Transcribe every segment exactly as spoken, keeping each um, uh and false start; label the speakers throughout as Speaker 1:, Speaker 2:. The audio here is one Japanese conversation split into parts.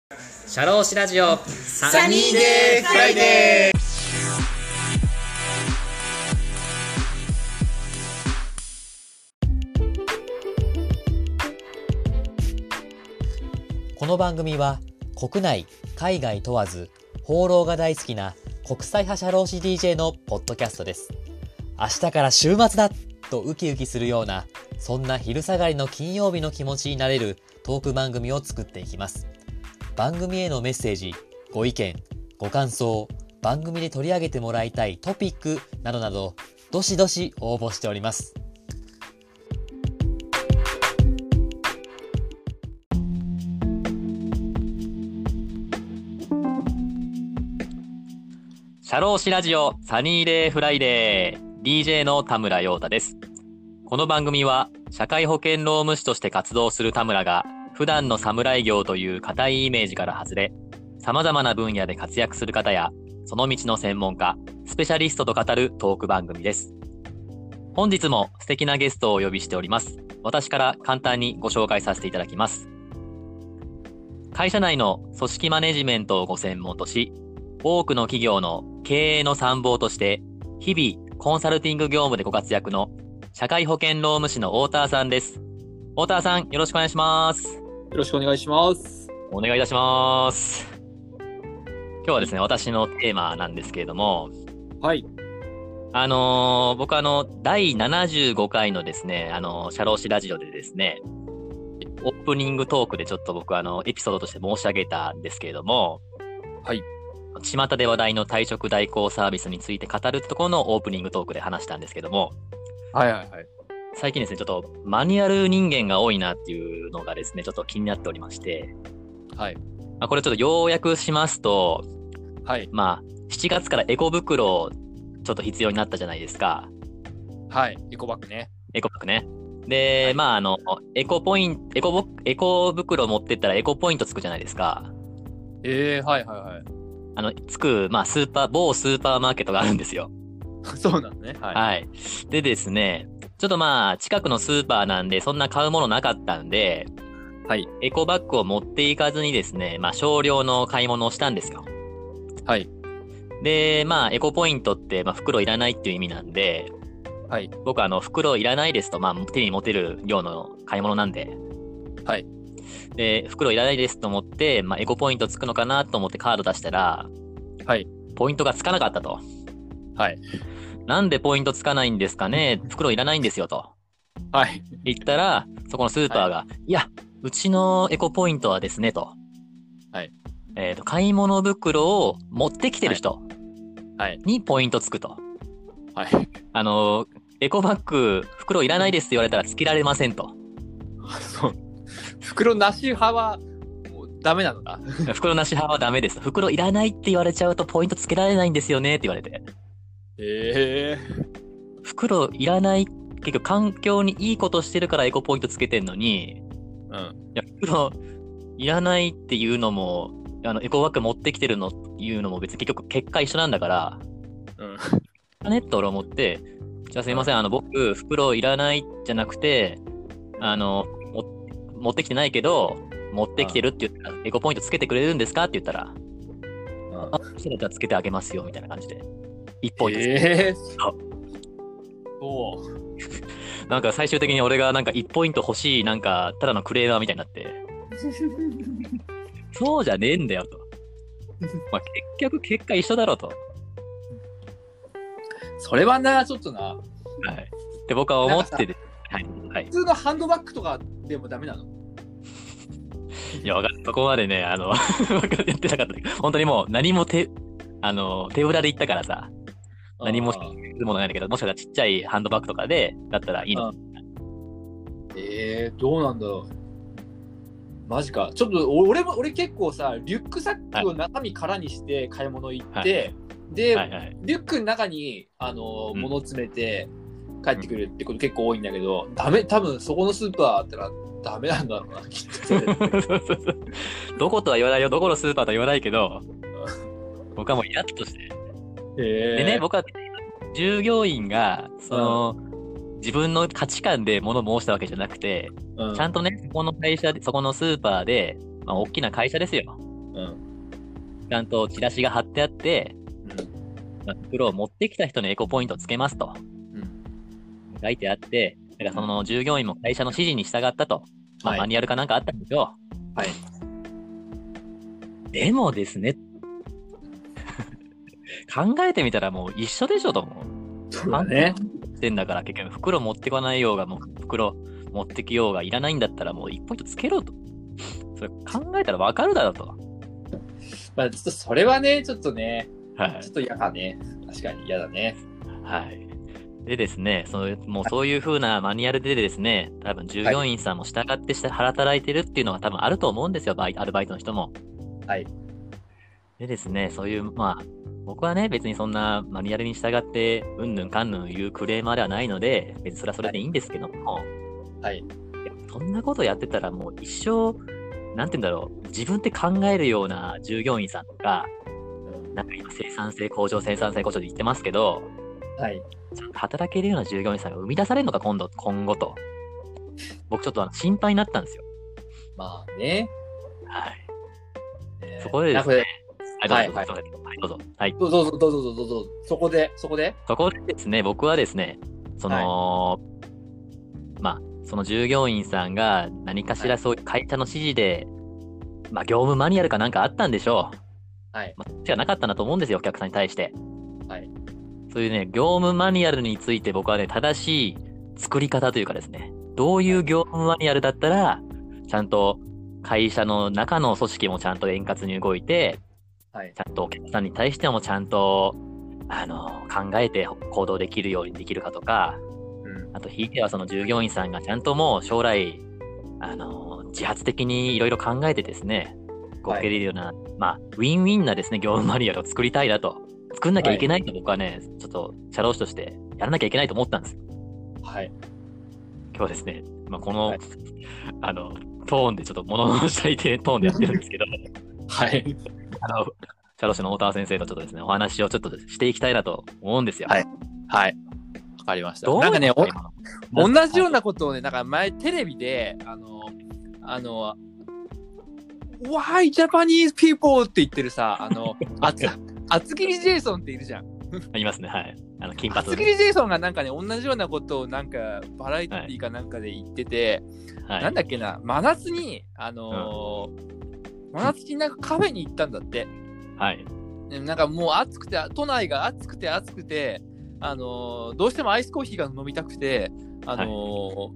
Speaker 1: シャローシラジオ
Speaker 2: サニーデーフライデー。
Speaker 1: この番組は国内海外問わず放浪が大好きな国際派社労士 ディージェー のポッドキャストです。明日から週末だとウキウキするような、そんな昼下がりの金曜日の気持ちになれるトーク番組を作っていきます。番組へのメッセージ、ご意見、ご感想、番組で取り上げてもらいたいトピックなどなど、どしどし応募しております。シャローシラジオサニーデーフライデー ディージェー の田村陽太です。この番組は社会保険労務士として活動する田村が普段の侍業という固いイメージから外れ、様々な分野で活躍する方やその道の専門家、スペシャリストと語るトーク番組です。本日も素敵なゲストをお呼びしております。私から簡単にご紹介させていただきます。会社内の組織マネジメントをご専門とし、多くの企業の経営の参謀として日々コンサルティング業務でご活躍の社会保険労務士の太田さんです。太田さん、よろしくお願いします。
Speaker 2: よろしくお願いします。
Speaker 1: お願いいたします。今日はですね、私のテーマなんですけれども、
Speaker 2: はい。
Speaker 1: あのー、僕あのだいななじゅうごかいのですね、あの社労士ラジオでですね、オープニングトークでちょっと僕あのエピソードとして申し上げたんですけれども、
Speaker 2: はい。
Speaker 1: 巷で話題の退職代行サービスについて語るところのオープニングトークで話したんですけども、
Speaker 2: はいはいはい。
Speaker 1: 最近ですね、ちょっとマニュアル人間が多いなっていうのがですね、ちょっと気になっておりまして、
Speaker 2: はい。
Speaker 1: まあ、これちょっと要約しますと、
Speaker 2: はい。
Speaker 1: まあ、しちがつからエコ袋ちょっと必要になったじゃないですか。
Speaker 2: はい。エコバッグね。
Speaker 1: エコバッグね。で、
Speaker 2: はい、
Speaker 1: まあ、あの、エコポイント、エコボ、エコ袋持ってったらエコポイントつくじゃないですか。
Speaker 2: ええー、はいはいはい。
Speaker 1: あの、つく、まあ、スーパー、某スーパーマーケットがあるんですよ。
Speaker 2: そうなんね。はい。
Speaker 1: はい。でですね、ちょっとまあ、近くのスーパーなんで、そんな買うものなかったんで、
Speaker 2: はい。
Speaker 1: エコバッグを持っていかずにですね、まあ、少量の買い物をしたんですよ。
Speaker 2: はい。
Speaker 1: で、まあ、エコポイントって、まあ、袋いらないっていう意味なんで、
Speaker 2: はい。
Speaker 1: 僕はあの、袋いらないですと、まあ、手に持てる量の買い物なんで、
Speaker 2: はい。
Speaker 1: で、袋いらないですと思って、まあ、エコポイントつくのかなと思ってカード出したら、
Speaker 2: はい。
Speaker 1: ポイントがつかなかったと。
Speaker 2: はい。
Speaker 1: なんでポイントつかないんですかね、袋いらないんですよと。
Speaker 2: はい。
Speaker 1: 言ったら、そこのスーパーが、はい、いや、うちのエコポイントはですね、と。
Speaker 2: はい。
Speaker 1: えっと、買い物袋を持ってきてる人にポイントつくと。
Speaker 2: はい。
Speaker 1: あの、エコバッグ、袋いらないですって言われたらつけられませんと。
Speaker 2: そう。袋なし派は、もうダメなのか
Speaker 1: 袋なし派はダメです。袋いらないって言われちゃうとポイントつけられないんですよねって言われて。
Speaker 2: ええー。
Speaker 1: 袋いらない、結局環境にいいことしてるからエコポイントつけてんのに、
Speaker 2: うん。い
Speaker 1: や、袋いらないっていうのも、あの、エコバッグ持ってきてるのっていうのも別に結局結果一緒なんだから、うん。ねって俺思って、じゃあすいません、うん、あの、僕、袋いらないじゃなくて、あの、持ってきてないけど、持ってきてるって言ったら、エコポイントつけてくれるんですかって言ったら、うん、あ、それだったらつけてあげますよ、みたいな感じで。いちポイント。えー、そう。
Speaker 2: そう。
Speaker 1: なんか最終的に俺がなんかいちポイント欲しい、なんかただのクレーマーみたいになって。そうじゃねえんだよと。まあ結局結果一緒だろうと。
Speaker 2: それはな、ちょっとな。はい。
Speaker 1: って僕は思ってて。はい。はい。
Speaker 2: 普通のハンドバッグとかでもダメなの？
Speaker 1: いや、わかる。そこまでね、あの、やってなかったけど、本当にもう何も手、あの、手ぶらで行ったからさ、何もするものないんだけど、もしかしたらちっちゃいハンドバッグとかで、だったらいいの。
Speaker 2: えー、どうなんだろう。マジか。ちょっと俺も俺結構さ、リュックサックを中身空にして買い物行って、はい、で、はいはい、リュックの中にあの、うん、物詰めて帰ってくるってこと結構多いんだけど、うん、ダメ、多分そこのスーパーあったらダメなんだろうな、きっと。
Speaker 1: どことは言わないよ、どこのスーパーとは言わないけど、僕はもうイラッとして。
Speaker 2: えー、
Speaker 1: でね、僕は従業員がその、うん、自分の価値観で物申したわけじゃなくて、うん、ちゃんとね、そこの会社で、そこのスーパーで、まあ、大きな会社ですよ。
Speaker 2: うん。
Speaker 1: ちゃんとチラシが貼ってあって、
Speaker 2: うん。
Speaker 1: まあ、袋を持ってきた人のエコポイントをつけますと
Speaker 2: うん。
Speaker 1: 書いてあって、だからその従業員も会社の指示に従ったと、まあ、
Speaker 2: はい。
Speaker 1: マニュアルかなんかあったんでしょ
Speaker 2: はい。
Speaker 1: う。でもですね、考えてみたらもう一緒でしょと思う。
Speaker 2: そうだね。
Speaker 1: してんだから結局袋持ってこないようが、もう袋持ってきようがいらないんだったらもういちポイントつけろと。それ考えたらわかるだろうと。
Speaker 2: まあ、ちょっとそれはね、ちょっとね、
Speaker 1: はい
Speaker 2: ちょっと嫌だね。確かに嫌だね。
Speaker 1: はい。でですね、そのもうそういう風なマニュアルでですね、多分従業員さんも従ってして働いてるっていうのが多分あると思うんですよ、バイアルバイトの人も。
Speaker 2: はい。
Speaker 1: でですね、そういう、まあ、僕はね、別にそんなマニュアルに従って、うんぬんかんぬん言うクレーマーではないので、別にそれはそれでいいんですけども、
Speaker 2: はい。
Speaker 1: いやそんなことやってたらもう一生、なんて言うんだろう、自分で考えるような従業員さんとか、なんか今生産性向上、生産性向上で言ってますけど、
Speaker 2: はい。
Speaker 1: ちゃんと働けるような従業員さんが生み出されるのか、今度、今後と。僕ちょっとあの心配になったんですよ。
Speaker 2: まあね。
Speaker 1: はい。
Speaker 2: えー
Speaker 1: そこでですね、はい、どうぞ、
Speaker 2: はい
Speaker 1: どうぞ、はい、どうぞ。はい。
Speaker 2: どうぞどうぞどうぞどうぞ。そこで、そこで。
Speaker 1: そこでですね、僕はですね、その、まあ、その従業員さんが何かしらそういう会社の指示で、まあ、業務マニュアルかなんかあったんでしょう。
Speaker 2: はい。
Speaker 1: まあ、そっちはなかったなと思うんですよ、お客さんに対して。
Speaker 2: はい。
Speaker 1: そういうね、業務マニュアルについて僕はね、正しい作り方というかですね、どういう業務マニュアルだったら、ちゃんと会社の中の組織もちゃんと円滑に動いて、
Speaker 2: はい。
Speaker 1: ちゃんとお客さんに対してもちゃんと、あの、考えて行動できるようにできるかとか、
Speaker 2: うん。
Speaker 1: あと、ひいてはその従業員さんがちゃんともう将来、あの、自発的にいろいろ考えてですね、動けるような、まあ、ウィンウィンなですね、業務マニュアルを作りたいなと。作んなきゃいけないと僕はね、ちょっと社労士としてやらなきゃいけないと思ったんです。
Speaker 2: はい。
Speaker 1: 今日はですね、まあ、この、
Speaker 2: はい
Speaker 1: あの、トーンでちょっと物申したいトーンでやってるんですけど、
Speaker 2: はい。
Speaker 1: あの、社労士の大田先生とちょっとですね、お話をちょっとしていきたいなと思うんですよ。
Speaker 2: はいはい。わかりました。
Speaker 1: どう
Speaker 2: なんかね、お
Speaker 1: 今
Speaker 2: 同じようなことをね、なんか前テレビで、あの、あの、Why Japanese people って言ってるさ、あの、あつ厚切りジェイソンっているじゃん。
Speaker 1: いますね、はい。あの、金髪
Speaker 2: 厚切りジェイソンがなんかね、同じようなことをなんかバラエティーかなんかで言ってて、
Speaker 1: はい、
Speaker 2: なんだっけな、真夏に、あのーうん、真夏になんかカフェに行ったんだって。
Speaker 1: はい。
Speaker 2: なんかもう暑くて、都内が暑くて暑くて、あのー、どうしてもアイスコーヒーが飲みたくて、あのーはい、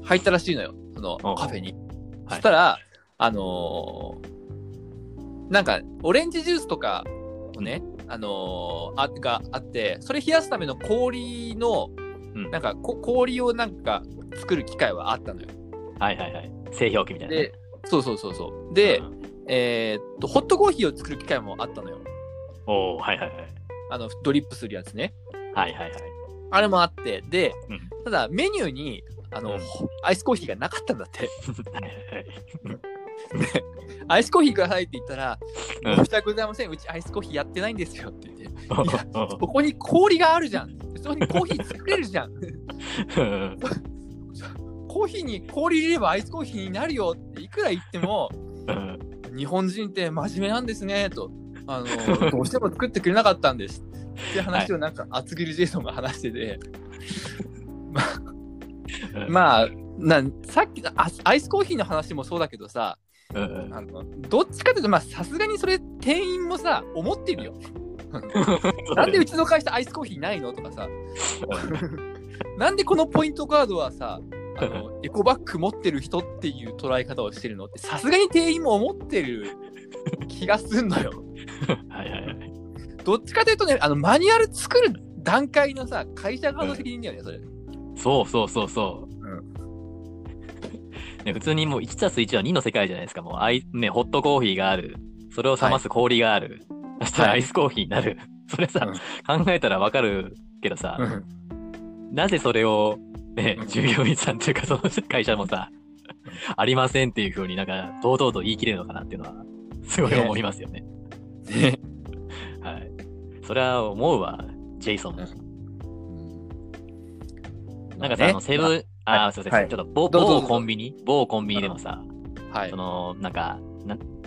Speaker 2: 入ったらしいのよ、そのカフェに。そしたら、はい、あのー、なんかオレンジジュースとかをね、あのー、あがあって、それ冷やすための氷の、うん、なんかこ氷をなんか作る機械はあったのよ。
Speaker 1: はいはいはい。製氷機みたいな、ね。
Speaker 2: で、そうそうそうそう。で、うん、えー、っと、ホットコーヒーを作る機械もあったのよ。
Speaker 1: おー、はいはいはい。
Speaker 2: あの、ドリップするやつね。
Speaker 1: はいはいはい。
Speaker 2: あれもあって、で、
Speaker 1: うん、
Speaker 2: ただメニューに、あの、うん、アイスコーヒーがなかったんだって。で、アイスコーヒーくださいって言ったら、うん、申し訳ございません、うちアイスコーヒーやってないんですよって言って、いや、ここに氷があるじゃん。そこにコーヒー作れるじゃん。コーヒーに氷入れればアイスコーヒーになるよっていくら言っても、日本人って真面目なんですねと。あのどうしても作ってくれなかったんですって話をなんか厚切りジェイソンが話してて、まあ、まあ、なさっきのアイスコーヒーの話もそうだけどさ、あのどっちかというとまあさすがにそれ店員もさ思ってるよ。なんでうちの会社アイスコーヒーないのとかさ、なんでこのポイントカードはさ、あのエコバッグ持ってる人っていう捉え方をしてるのってさすがに店員も思ってる気がすんのよ。
Speaker 1: はいはいはい。
Speaker 2: どっちかというとね、あのマニュアル作る段階のさ、会社側の責任だよね、それ。
Speaker 1: そうそうそうそう。うんね、普通にもういちたすいちはにの世界じゃないですか。もうアイ、ね、ホットコーヒーがある。それを冷ます氷がある。はい、そしたらアイスコーヒーになる。はい、それさ、うん、考えたらわかるけどさ、うん、なぜそれを、ね、従業員さんっていうかその会社もさ、ありませんっていう風になんか堂々と言い切れるのかなっていうのはすごい思いますよね。ねはい。それは思うわ、ジェイソン。うん、なんかさ、ね、あのセブン、あ、あ、すいません、はい、ちょっと某、某コンビニ、某コンビニでもさ、はい、そのなんかな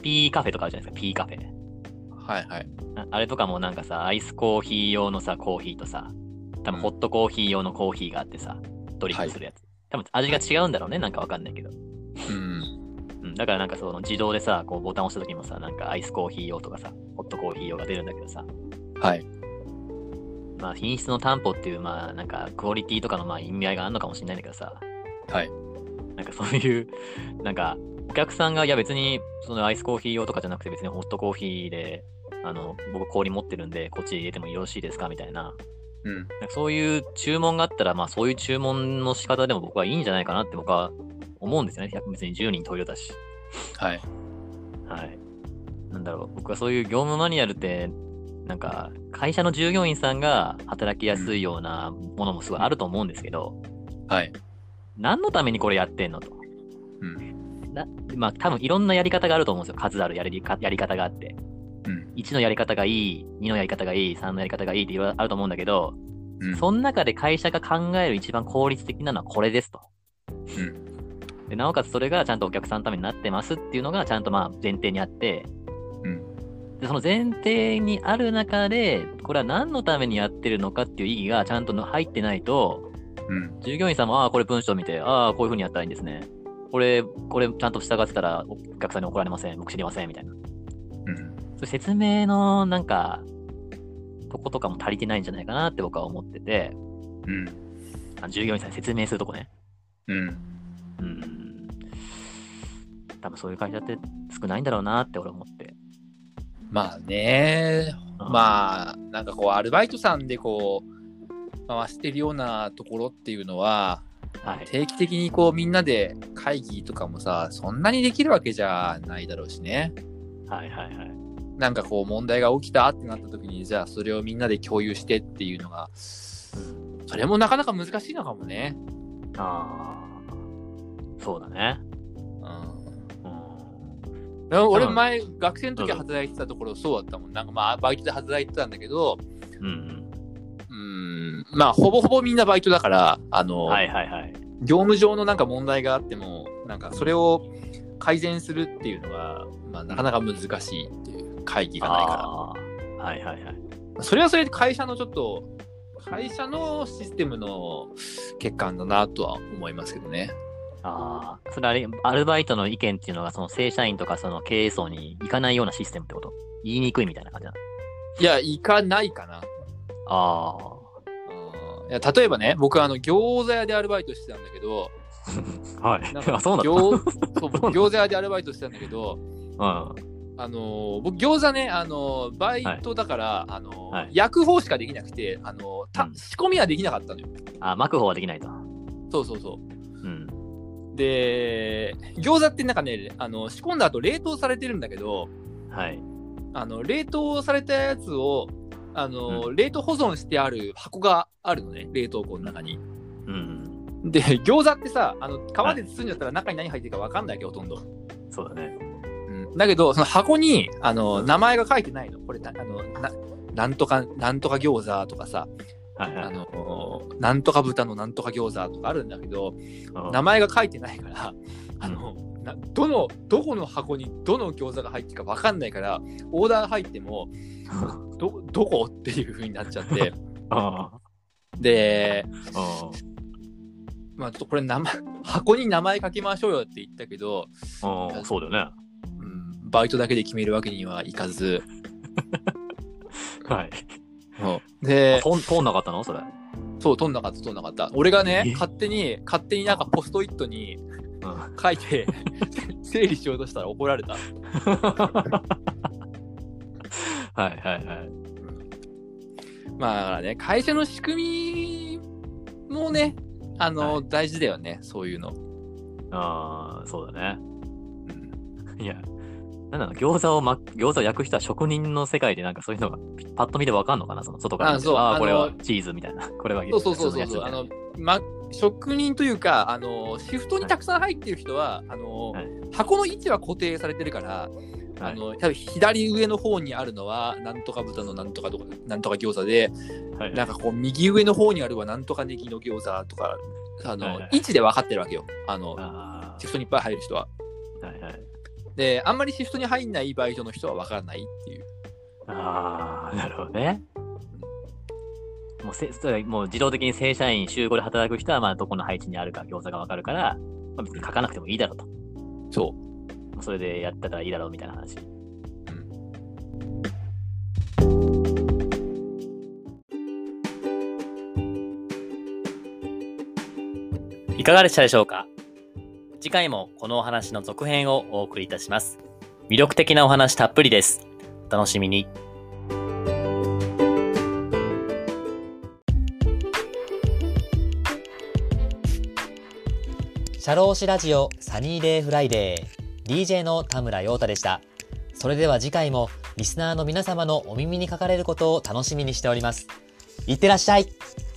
Speaker 1: P カフェとかあるじゃないですか、P カフェ。
Speaker 2: はいはい。
Speaker 1: ああれとかもなんかさ、アイスコーヒー用のさ、コーヒーとさ、多分ホットコーヒー用のコーヒーがあってさ、ドリップするやつ。多分味が違うんだろうね、なんかわかんないけど。
Speaker 2: うん。
Speaker 1: うん、だからなんかその自動でさ、こうボタンを押した時もさ、なんかアイスコーヒー用とかさ、ホットコーヒー用が出るんだけどさ、
Speaker 2: はい。
Speaker 1: まあ品質の担保っていう、まあなんかクオリティとかのまあ意味合いがあるのかもしれないんだけどさ、
Speaker 2: はい。
Speaker 1: なんかそういう、なんかお客さんが、いや別にそのアイスコーヒー用とかじゃなくて別にホットコーヒーで、あの、僕氷持ってるんで、こっち入れてもよろしいですかみたいな。
Speaker 2: うん。
Speaker 1: なんかそういう注文があったら、まあそういう注文の仕方でも僕はいいんじゃないかなって僕は思うんですよね。別にじゅうにんトイレだし。
Speaker 2: はい。
Speaker 1: はい。なんだろう、僕はそういう業務マニュアルって、なんか会社の従業員さんが働きやすいようなものもすごいあると思うんですけど、
Speaker 2: はい。
Speaker 1: 何のためにこれやってんのと。
Speaker 2: うん。
Speaker 1: なまあ多分いろんなやり方があると思うんですよ。数あるやりかやり方があって。
Speaker 2: うん。
Speaker 1: いちのやり方がいい、にのやり方がいい、さんのやり方がいいっていろいろあると思うんだけど、
Speaker 2: うん。
Speaker 1: その中で会社が考える一番効率的なのはこれですと。
Speaker 2: うん。
Speaker 1: でなおかつそれがちゃんとお客さんのためになってますっていうのがちゃんとまあ前提にあって、
Speaker 2: うん。
Speaker 1: でその前提にある中で、これは何のためにやってるのかっていう意義がちゃんと入ってないと、
Speaker 2: うん。
Speaker 1: 従業員さんも、ああ、これ文章見て、ああ、こういう風にやったらいいんですね。これ、これちゃんと従ってたらお客さんに怒られません。僕知りません。みたいな。
Speaker 2: うん。
Speaker 1: そういう説明のなんか、とことかも足りてないんじゃないかなって僕は思ってて、
Speaker 2: うん。
Speaker 1: あ従業員さんに説明するとこね。
Speaker 2: うん。
Speaker 1: うん。多分そういう会社って少ないんだろうなって俺思って。
Speaker 2: まあね、
Speaker 1: うん
Speaker 2: まあ、なんかこう、アルバイトさんでこう、回してるようなところっていうのは、
Speaker 1: はい。
Speaker 2: 定期的にこう、みんなで会議とかもさ、そんなにできるわけじゃないだろうしね。
Speaker 1: はいはいはい。
Speaker 2: なんかこう、問題が起きたってなった時に、じゃあそれをみんなで共有してっていうのが、それもなかなか難しいのかもね。
Speaker 1: ああ、そうだね。
Speaker 2: うん、俺前学生の時働いてたところそうだったもん。なんかまあバイトで働いてたんだけど、うん、うんまあほぼほぼみんなバイトだから、あの、
Speaker 1: はいはいはい、
Speaker 2: 業務上のなんか問題があっても、なんかそれを改善するっていうのが、まあなかなか難しいっていう会議がないから。
Speaker 1: はいはいはい。
Speaker 2: それはそれで会社のちょっと会社のシステムの欠陥だなとは思いますけどね。
Speaker 1: ああ、それあれ、アルバイトの意見っていうのが、その正社員とかその経営層に行かないようなシステムってこと？言いにくいみたいな感じなの？
Speaker 2: いや、行かないかな。
Speaker 1: あ
Speaker 2: あ。いや例えばね、僕あの餃子屋でアルバイトしてたんだけど、
Speaker 1: はい。なんかそうなんだ。
Speaker 2: 餃子屋でアルバイトしてたんだけど、
Speaker 1: うん、あ
Speaker 2: の僕餃子ね、あのバイトだから、はい、あの、はい、焼く方しかできなくて、あのた、うん、仕込みはできなかったのよ。
Speaker 1: あ、巻く方はできないと。
Speaker 2: そうそうそう。うん。で、餃子ってなんかね、あの仕込んだ後冷凍されてるんだけど、
Speaker 1: はい。
Speaker 2: あの冷凍されたやつをあの、うん、冷凍保存してある箱があるのね、冷凍庫の中に。うん。で、餃子ってさ、あの皮で包んじゃったら中に何入ってるか分かんないわけ、ほとんど。
Speaker 1: そうだね。
Speaker 2: うん。だけど、その箱にあの名前が書いてないの。これ、あのななんとか、なんとか餃子とかさ。はいはい、あのなんとか豚のなんとか餃子とかあるんだけど、名前が書いてないから、あのなどのどこの箱にどの餃子が入ってるか分かんないから、オーダー入ってもどどこっていう風になっちゃってで、まあちょっとこれ名前箱に名前書きましょうよって言ったけど、
Speaker 1: あそうだよね、
Speaker 2: うん、バイトだけで決めるわけにはいかず
Speaker 1: はい。
Speaker 2: で、
Speaker 1: 通んなかったのそれ？
Speaker 2: そう、通んなかった、通んなかった。俺がね、勝手に、勝手になんかポストイットに書いて、うん、整理しようとしたら怒られた。
Speaker 1: はいはいはい。
Speaker 2: まあ、だからね、会社の仕組みもね、あの、はい、大事だよね、そういうの。
Speaker 1: ああ、そうだね。うん、いや。なんだろう、餃子を、ま、餃子を焼く人は職人の世界でなんかそういうのがパッと見でわかんのかな、その外から見て。あ、そう、あ、これはチーズみたいな。これは
Speaker 2: そうそうそうそう。あの、ま、職人というか、あの、シフトにたくさん入ってる人は、はい、あの、はい、箱の位置は固定されてるから、はい、あの、多分左上の方にあるのは、なんとか豚のなんとかとか、なんとか餃子で、はい、なんかこう、右上の方にあるはなんとかネギの餃子とか、あの、はいはい、位置で分かってるわけよ。あの、あシフトにいっぱい入る人は。はいはい。 で、あんまりシフトに入んないバイトの人は分からないっていう。
Speaker 1: ああ、なるほどね。もうせもう自動的に正社員週ごで働く人はまあどこの配置にあるか餃子が分かるから、まあ、別に書かなくてもいいだろうと。
Speaker 2: そう。
Speaker 1: それでやったらいいだろうみたいな話。うん、いかがでしたでしょうか。次回もこのお話の続編をお送りいたします。魅力的なお話たっぷりです。お楽しみに。社労士ラジオサニーデイフライデー ディージェー の田村陽太でした。それでは次回もリスナーの皆様のお耳にかかれることを楽しみにしております。いってらっしゃい。